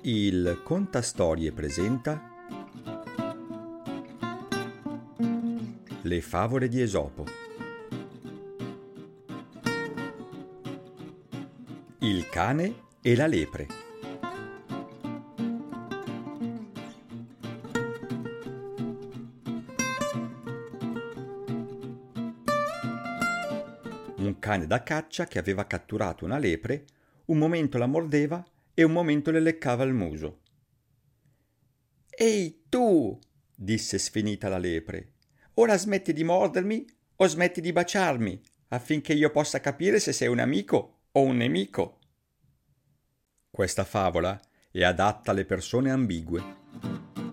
Il Contastorie presenta Le favole di Esopo. Il cane e la lepre. Un cane da caccia che aveva catturato una lepre, un momento la mordeva e un momento le leccava il muso. «Ehi tu!» disse sfinita la lepre. «Ora smetti di mordermi o smetti di baciarmi, affinché io possa capire se sei un amico o un nemico». Questa favola è adatta alle persone ambigue.